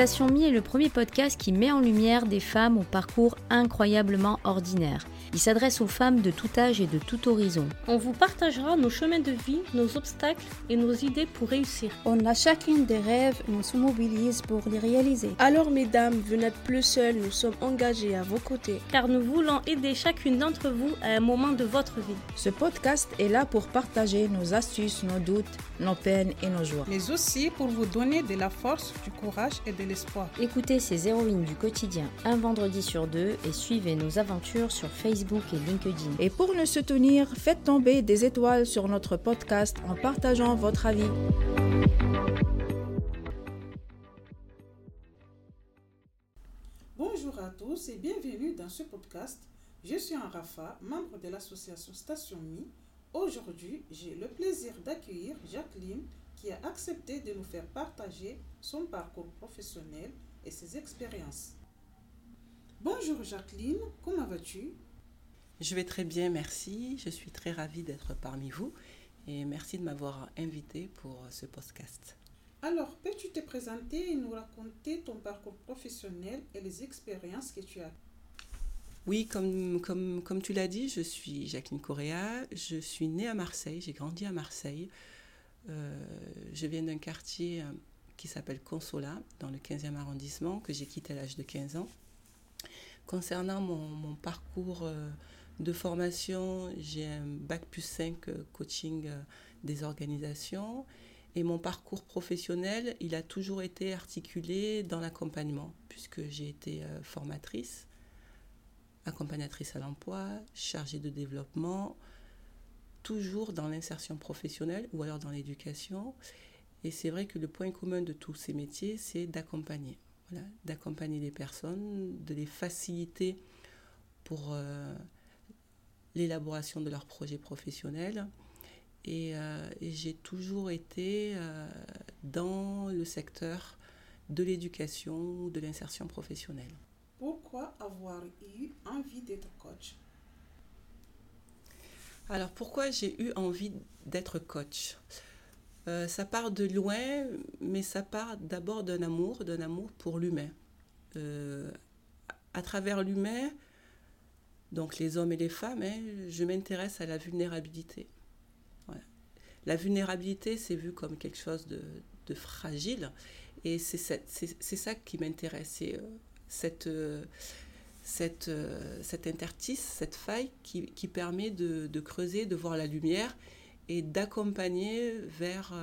Station Mi est le premier podcast qui met en lumière des femmes au parcours incroyablement ordinaire. Il s'adresse aux femmes de tout âge et de tout horizon. On vous partagera nos chemins de vie, nos obstacles et nos idées pour réussir. On a chacune des rêves et on se mobilise pour les réaliser. Alors mesdames, vous n'êtes plus seules, nous sommes engagés à vos côtés. Car nous voulons aider chacune d'entre vous à un moment de votre vie. Ce podcast est là pour partager nos astuces, nos doutes, nos peines et nos joies. Mais aussi pour vous donner de la force, du courage et de l'espoir. Écoutez ces héroïnes du quotidien un vendredi sur deux et suivez nos aventures sur Facebook et LinkedIn. Et pour nous soutenir, faites tomber des étoiles sur notre podcast en partageant votre avis. Bonjour à tous et bienvenue dans ce podcast. Je suis Rafa, membre de l'association Station Mi. Aujourd'hui, j'ai le plaisir d'accueillir Jacqueline qui a accepté de nous faire partager son parcours professionnel et ses expériences. Bonjour Jacqueline, comment vas-tu ? Je vais très bien, merci. Je suis très ravie d'être parmi vous et merci de m'avoir invitée pour ce podcast. Alors, peux-tu te présenter et nous raconter ton parcours professionnel et les expériences que tu as ? Oui, comme tu l'as dit, je suis Jacqueline Correa. Je suis née à Marseille, j'ai grandi à Marseille. Je viens d'un quartier qui s'appelle Consolat, dans le 15e arrondissement, que j'ai quitté à l'âge de 15 ans. Concernant mon parcours de formation, j'ai un bac plus 5 coaching des organisations. Et mon parcours professionnel, il a toujours été articulé dans l'accompagnement, puisque j'ai été formatrice, accompagnatrice à l'emploi, chargée de développement, toujours dans l'insertion professionnelle ou alors dans l'éducation. Et c'est vrai que le point commun de tous ces métiers, c'est d'accompagner. Voilà, d'accompagner les personnes, de les faciliter pour l'élaboration de leurs projets professionnels. Et j'ai toujours été dans le secteur de l'éducation, de l'insertion professionnelle. Pourquoi avoir eu envie d'être coach ? Alors, pourquoi j'ai eu envie d'être coach ? Ça part de loin, mais ça part d'abord d'un amour pour l'humain. À travers l'humain, donc les hommes et les femmes, je m'intéresse à la vulnérabilité. Voilà. La vulnérabilité, c'est vu comme quelque chose de fragile, et c'est ça qui m'intéresse. C'est cet interstice, cette faille qui permet de creuser, de voir la lumière et d'accompagner vers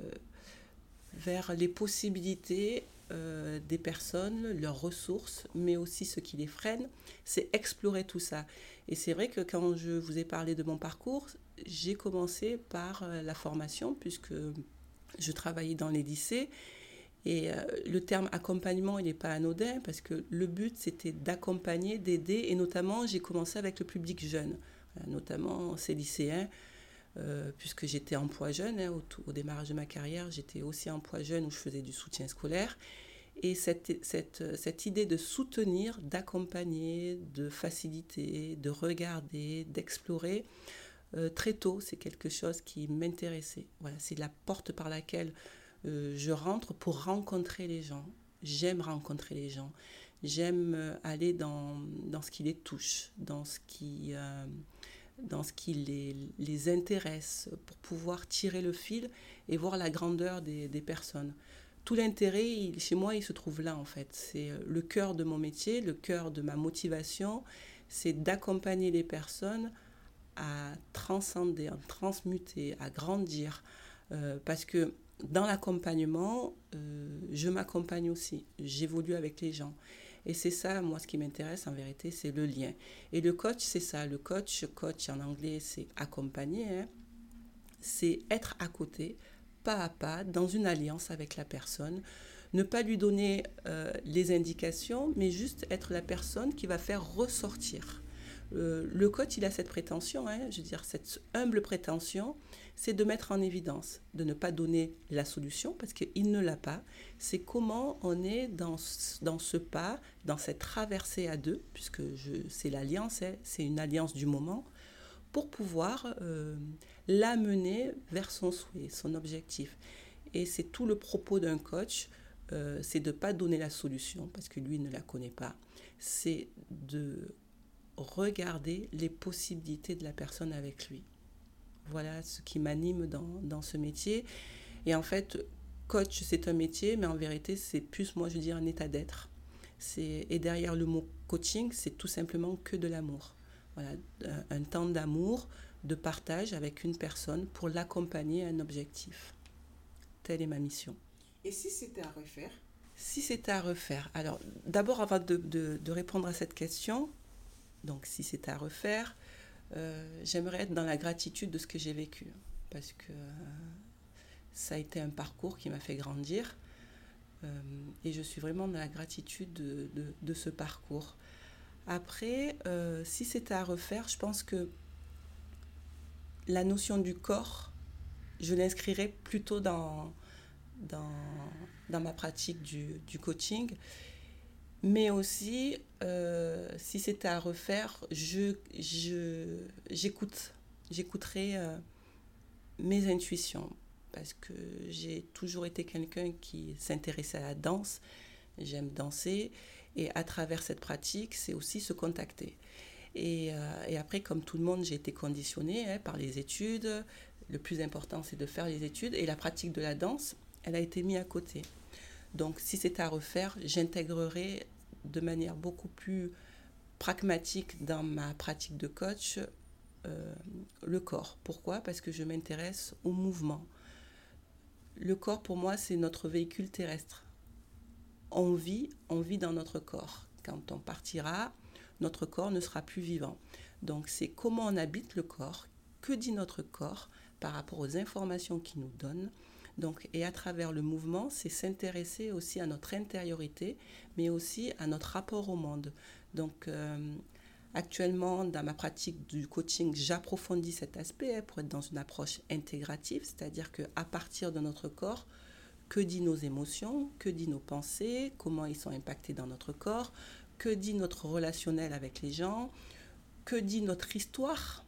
les possibilités des personnes, leurs ressources, mais aussi ce qui les freine, c'est explorer tout ça. Et c'est vrai que quand je vous ai parlé de mon parcours, j'ai commencé par la formation, puisque je travaillais dans les lycées. Et le terme accompagnement, il n'est pas anodin, parce que le but, c'était d'accompagner, d'aider, et notamment, j'ai commencé avec le public jeune, notamment ces lycéens, puisque j'étais emploi jeune, au démarrage de ma carrière, j'étais aussi emploi jeune où je faisais du soutien scolaire. Et cette idée de soutenir, d'accompagner, de faciliter, de regarder, d'explorer, très tôt, c'est quelque chose qui m'intéressait. Voilà, c'est la porte par laquelle je rentre pour rencontrer les gens. J'aime rencontrer les gens. J'aime aller dans ce qui les touche, dans ce qui les intéresse, pour pouvoir tirer le fil et voir la grandeur des personnes. Tout l'intérêt, chez moi, il se trouve là, en fait. C'est le cœur de mon métier, le cœur de ma motivation, c'est d'accompagner les personnes à transcender, à transmuter, à grandir. Parce que dans l'accompagnement, je m'accompagne aussi. J'évolue avec les gens. Et c'est ça, moi, ce qui m'intéresse, en vérité, c'est le lien. Et le coach, c'est ça. Le coach en anglais, c'est accompagner. C'est être à côté, pas à pas, dans une alliance avec la personne. Ne pas lui donner les indications, mais juste être la personne qui va faire ressortir. Le coach, il a cette prétention, je veux dire, cette humble prétention, c'est de mettre en évidence, de ne pas donner la solution, parce qu'il ne l'a pas. C'est comment on est dans ce pas, dans cette traversée à deux, puisque c'est l'alliance, c'est une alliance du moment, pour pouvoir l'amener vers son souhait, son objectif. Et c'est tout le propos d'un coach, c'est de ne pas donner la solution, parce que lui ne la connaît pas. C'est de regarder les possibilités de la personne avec lui. Voilà ce qui m'anime dans ce métier. Et en fait, coach, c'est un métier, mais en vérité, c'est plus, moi, je dis, un état d'être. Et derrière le mot coaching, c'est tout simplement que de l'amour. Voilà, un temps d'amour, de partage avec une personne pour l'accompagner à un objectif. Telle est ma mission. Et si c'était à refaire? Si c'était à refaire, alors d'abord avant de répondre à cette question, donc si c'était à refaire, j'aimerais être dans la gratitude de ce que j'ai vécu, parce que ça a été un parcours qui m'a fait grandir, et je suis vraiment dans la gratitude de ce parcours. Après, si c'était à refaire, je pense que la notion du corps, je l'inscrirais plutôt dans ma pratique du coaching. Mais aussi, si c'était à refaire, j'écouterais mes intuitions. Parce que j'ai toujours été quelqu'un qui s'intéressait à la danse. J'aime danser. Et à travers cette pratique, c'est aussi se contacter. Et après, comme tout le monde, j'ai été conditionnée par les études. Le plus important, c'est de faire les études. Et la pratique de la danse, elle a été mise à côté. Donc, si c'était à refaire, j'intégrerais de manière beaucoup plus pragmatique dans ma pratique de coach le corps. Pourquoi ? Parce que je m'intéresse au mouvement. Le corps, pour moi, c'est notre véhicule terrestre. On vit dans notre corps. Quand on partira, notre corps ne sera plus vivant. Donc, c'est comment on habite le corps, que dit notre corps par rapport aux informations qu'il nous donne. Donc, et à travers le mouvement, c'est s'intéresser aussi à notre intériorité, mais aussi à notre rapport au monde. Donc, actuellement, dans ma pratique du coaching, j'approfondis cet aspect pour être dans une approche intégrative, c'est-à-dire qu'à partir de notre corps, que dit nos émotions, que dit nos pensées, comment ils sont impactés dans notre corps, que dit notre relationnel avec les gens, que dit notre histoire.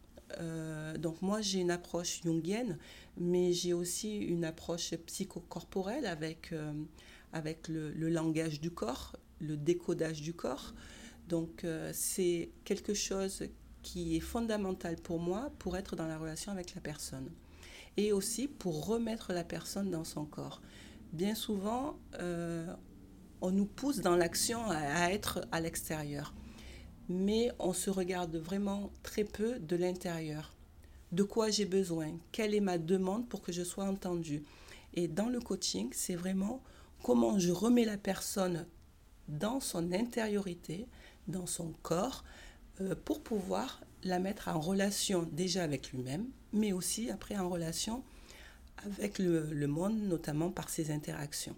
Donc moi j'ai une approche jungienne, mais j'ai aussi une approche psychocorporelle avec le langage du corps, le décodage du corps. Donc c'est quelque chose qui est fondamental pour moi pour être dans la relation avec la personne. Et aussi pour remettre la personne dans son corps. Bien souvent, on nous pousse dans l'action à être à l'extérieur. Mais on se regarde vraiment très peu de l'intérieur. De quoi j'ai besoin? Quelle est ma demande pour que je sois entendue? Et dans le coaching, c'est vraiment comment je remets la personne dans son intériorité, dans son corps, pour pouvoir la mettre en relation déjà avec lui-même, mais aussi après en relation avec le monde, notamment par ses interactions.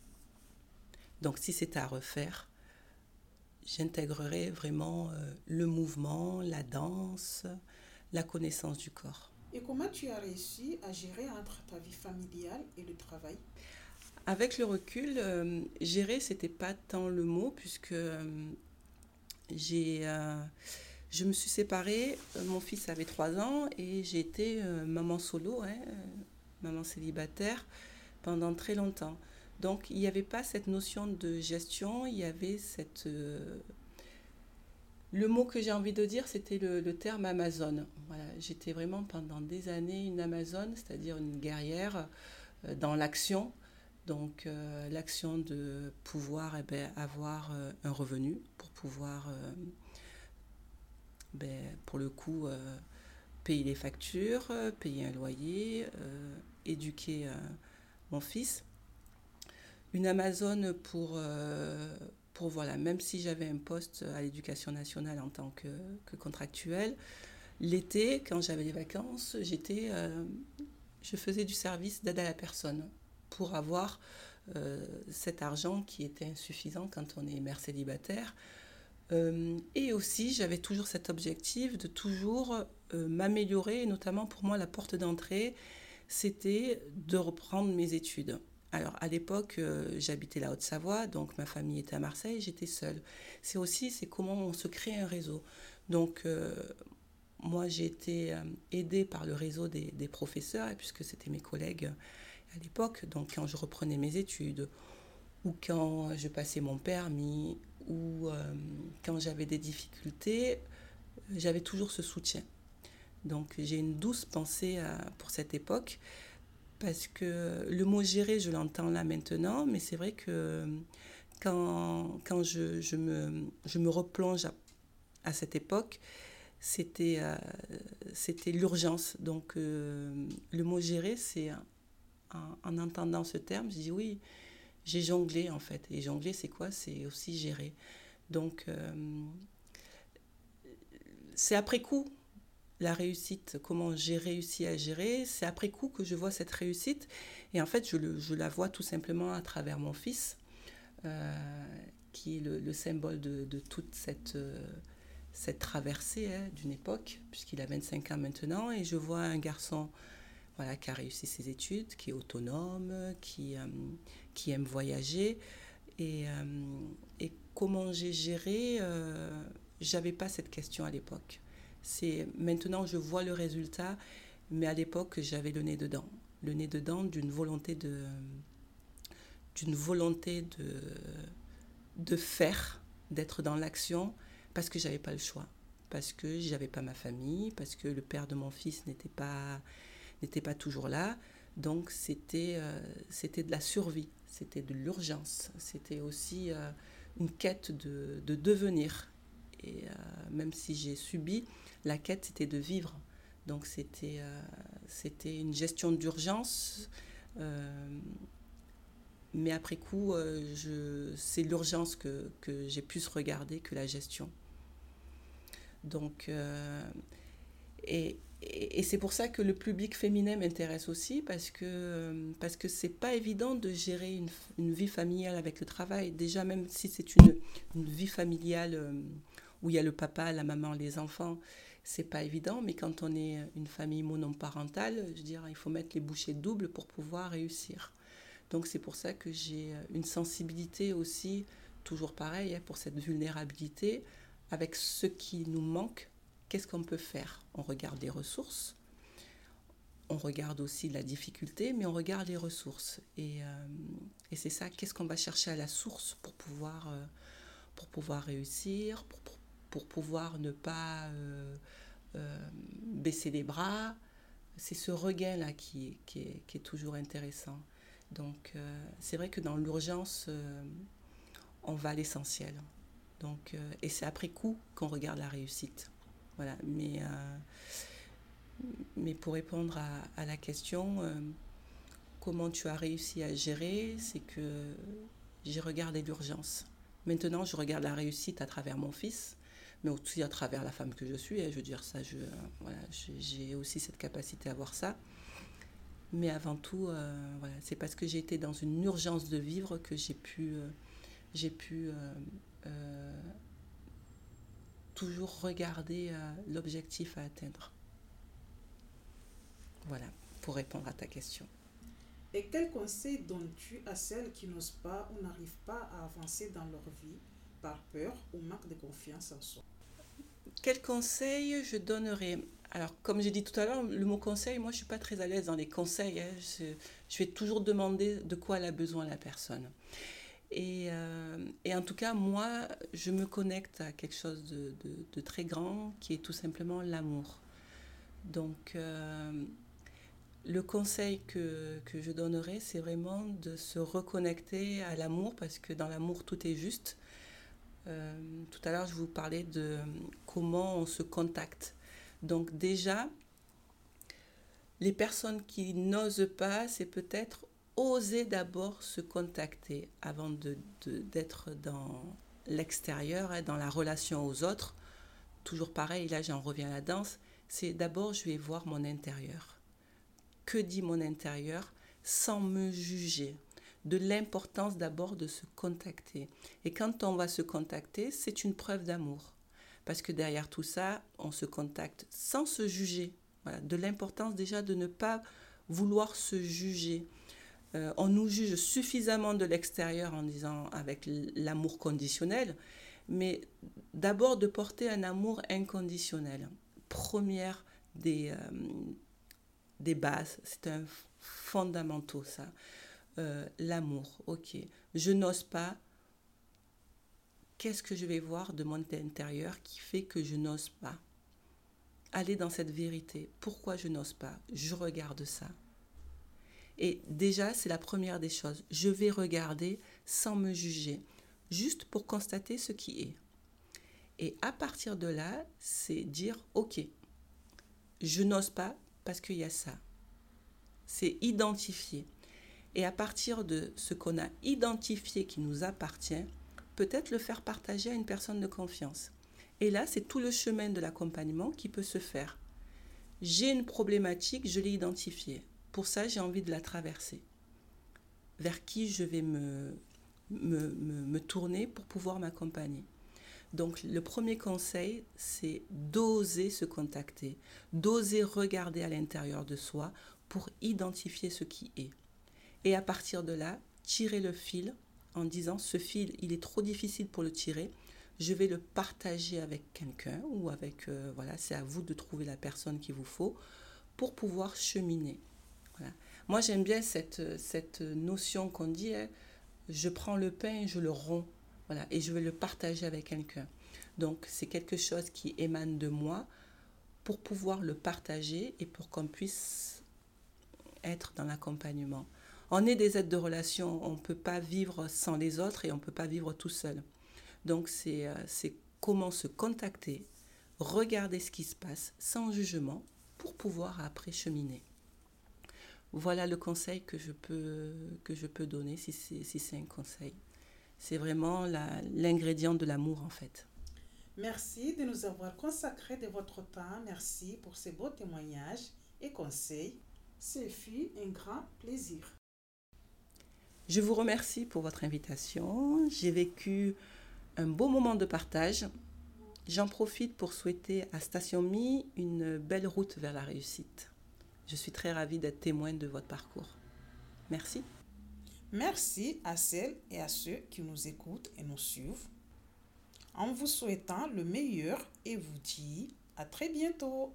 Donc si c'était à refaire, j'intégrerais vraiment le mouvement, la danse, la connaissance du corps. Et comment tu as réussi à gérer entre ta vie familiale et le travail? Avec le recul, gérer, c'était pas tant le mot, puisque je me suis séparée, mon fils avait 3 ans et j'ai été maman solo, maman célibataire pendant très longtemps. Donc, il n'y avait pas cette notion de gestion, il y avait le mot que j'ai envie de dire, c'était le terme Amazone. Voilà, j'étais vraiment pendant des années une Amazone, c'est-à-dire une guerrière dans l'action. Donc, l'action de pouvoir avoir un revenu pour pouvoir, pour le coup, payer les factures, payer un loyer, éduquer mon fils. Une Amazone pour voilà, même si j'avais un poste à l'Éducation nationale en tant que contractuelle, l'été, quand j'avais les vacances, je faisais du service d'aide à la personne pour avoir cet argent qui était insuffisant quand on est mère célibataire. Et aussi, j'avais toujours cet objectif de toujours m'améliorer, et notamment pour moi, la porte d'entrée, c'était de reprendre mes études. Alors, à l'époque, j'habitais la Haute-Savoie, donc ma famille était à Marseille, j'étais seule. C'est comment on se crée un réseau. Donc, moi, j'ai été aidée par le réseau des professeurs, puisque c'était mes collègues à l'époque. Donc, quand je reprenais mes études, ou quand je passais mon permis, ou quand j'avais des difficultés, j'avais toujours ce soutien. Donc j'ai une douce pensée pour cette époque, parce que le mot gérer, je l'entends là maintenant, mais c'est vrai que quand je me replonge à cette époque, c'était l'urgence. Donc le mot gérer, c'est en entendant ce terme, je dis oui, j'ai jonglé en fait. Et jongler, c'est quoi? C'est aussi gérer. Donc c'est après coup la réussite, comment j'ai réussi à gérer, c'est après coup que je vois cette réussite. Et en fait, je la vois tout simplement à travers mon fils, qui est le symbole de toute cette traversée d'une époque, puisqu'il a 25 ans maintenant. Et je vois un garçon qui a réussi ses études, qui est autonome, qui aime voyager. Et comment j'ai géré, j'avais pas cette question à l'époque. Maintenant je vois le résultat, mais à l'époque j'avais le nez dedans d'une volonté de faire, d'être dans l'action, parce que j'avais pas le choix, parce que j'avais pas ma famille, parce que le père de mon fils n'était pas toujours là. Donc c'était de la survie, c'était de l'urgence, c'était aussi une quête de devenir. Et même si j'ai subi, la quête, c'était de vivre. Donc c'était une gestion d'urgence. Mais après coup, c'est l'urgence que j'ai plus regardée que la gestion. Donc, et c'est pour ça que le public féminin m'intéresse aussi, parce que c'est pas évident de gérer une vie familiale avec le travail. Déjà, même si c'est une vie familiale où il y a le papa, la maman, les enfants, c'est pas évident. Mais quand on est une famille monoparentale, je veux dire, il faut mettre les bouchées doubles pour pouvoir réussir. Donc c'est pour ça que j'ai une sensibilité aussi, toujours pareil, pour cette vulnérabilité, avec ce qui nous manque. Qu'est-ce qu'on peut faire? On regarde les ressources, on regarde aussi la difficulté, mais on regarde les ressources. Et c'est ça, qu'est-ce qu'on va chercher à la source pour pouvoir réussir, pour pouvoir ne pas baisser les bras. C'est ce regain-là qui est toujours intéressant. Donc c'est vrai que dans l'urgence, on va à l'essentiel. Donc, et c'est après coup qu'on regarde la réussite. Voilà, mais pour répondre à la question, comment tu as réussi à gérer, c'est que j'ai regardé l'urgence. Maintenant, je regarde la réussite à travers mon fils, mais aussi à travers la femme que je suis. Je veux dire, ça, j'ai aussi cette capacité à voir ça. Mais avant tout, c'est parce que j'ai été dans une urgence de vivre que j'ai pu toujours regarder l'objectif à atteindre. Voilà, pour répondre à ta question. Et quel conseil donnes-tu à celles qui n'osent pas ou n'arrivent pas à avancer dans leur vie par peur ou manque de confiance en soi? Quel conseil je donnerais? Alors, comme j'ai dit tout à l'heure, le mot conseil, moi je ne suis pas très à l'aise dans les conseils. Je vais toujours demander de quoi elle a besoin la personne. Et en tout cas, moi, je me connecte à quelque chose de très grand, qui est tout simplement l'amour. Donc, le conseil que je donnerais, c'est vraiment de se reconnecter à l'amour, parce que dans l'amour, tout est juste. Tout à l'heure, je vous parlais de comment on se contacte. Donc déjà, les personnes qui n'osent pas, c'est peut-être oser d'abord se contacter avant d'être dans l'extérieur, dans la relation aux autres. Toujours pareil, là j'en reviens à la danse, c'est d'abord je vais voir mon intérieur. Que dit mon intérieur sans me juger? De l'importance d'abord de se contacter. Et quand on va se contacter, c'est une preuve d'amour. Parce que derrière tout ça, on se contacte sans se juger. Voilà. De l'importance déjà de ne pas vouloir se juger. On nous juge suffisamment de l'extérieur en disant avec l'amour conditionnel, mais d'abord de porter un amour inconditionnel. Première des bases, c'est un fondamental ça. L'amour, ok. je n'ose pas. Qu'est-ce que je vais voir de mon intérieur qui fait que je n'ose pas aller dans cette vérité? Pourquoi je n'ose pas? Je regarde ça. Et déjà, c'est la première des choses. Je vais regarder sans me juger, juste pour constater ce qui est. Et à partir de là, c'est dire, ok, je n'ose pas parce qu'il y a ça. C'est identifier. Et à partir de ce qu'on a identifié qui nous appartient, peut-être le faire partager à une personne de confiance. Et là, c'est tout le chemin de l'accompagnement qui peut se faire. J'ai une problématique, je l'ai identifiée. Pour ça, j'ai envie de la traverser. Vers qui je vais me tourner pour pouvoir m'accompagner. Donc, le premier conseil, c'est d'oser se contacter, d'oser regarder à l'intérieur de soi pour identifier ce qui est. Et à partir de là, tirer le fil en disant, ce fil, il est trop difficile pour le tirer, je vais le partager avec quelqu'un ou avec, c'est à vous de trouver la personne qu'il vous faut pour pouvoir cheminer. Voilà. Moi, j'aime bien cette notion qu'on dit, je prends le pain et je le romps. Voilà, et je vais le partager avec quelqu'un. Donc, c'est quelque chose qui émane de moi pour pouvoir le partager et pour qu'on puisse être dans l'accompagnement. On est des êtres de relation, on ne peut pas vivre sans les autres et on ne peut pas vivre tout seul. Donc, c'est comment se contacter, regarder ce qui se passe sans jugement pour pouvoir après cheminer. Voilà le conseil que je peux donner si c'est un conseil. C'est vraiment l'ingrédient de l'amour, en fait. Merci de nous avoir consacré de votre temps. Merci pour ces beaux témoignages et conseils. Ce fut un grand plaisir. Je vous remercie pour votre invitation. J'ai vécu un beau moment de partage. J'en profite pour souhaiter à Station Mi une belle route vers la réussite. Je suis très ravie d'être témoin de votre parcours. Merci. Merci à celles et à ceux qui nous écoutent et nous suivent. En vous souhaitant le meilleur et vous dis à très bientôt.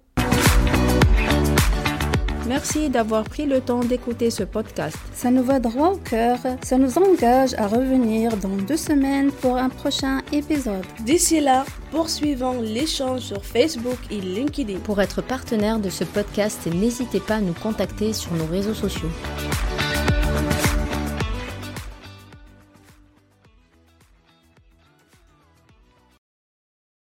Merci d'avoir pris le temps d'écouter ce podcast. Ça nous va droit au cœur, ça nous engage à revenir dans 2 semaines pour un prochain épisode. D'ici là, poursuivons l'échange sur Facebook et LinkedIn. Pour être partenaire de ce podcast, n'hésitez pas à nous contacter sur nos réseaux sociaux.